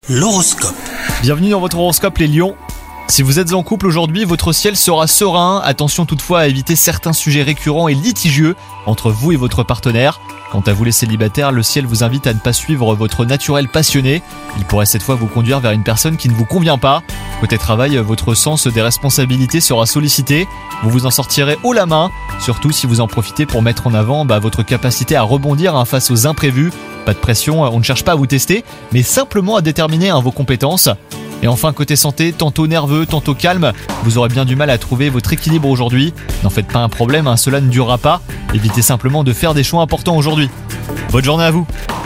L'horoscope. Bienvenue dans votre horoscope les lions. Si vous êtes en couple aujourd'hui, votre ciel sera serein. Attention toutefois à éviter certains sujets récurrents et litigieux entre vous et votre partenaire. Quant à vous les célibataires, le ciel vous invite à ne pas suivre votre naturel passionné. Il pourrait cette fois vous conduire vers une personne qui ne vous convient pas. Côté travail, votre sens des responsabilités sera sollicité. Vous vous en sortirez haut la main, surtout si vous en profitez pour mettre en avant votre capacité à rebondir face aux imprévus. Pas de pression, on ne cherche pas à vous tester, mais simplement à déterminer vos compétences. Et enfin, côté santé, tantôt nerveux, tantôt calme, vous aurez bien du mal à trouver votre équilibre aujourd'hui. N'en faites pas un problème, cela ne durera pas. Évitez simplement de faire des choix importants aujourd'hui. Bonne journée à vous!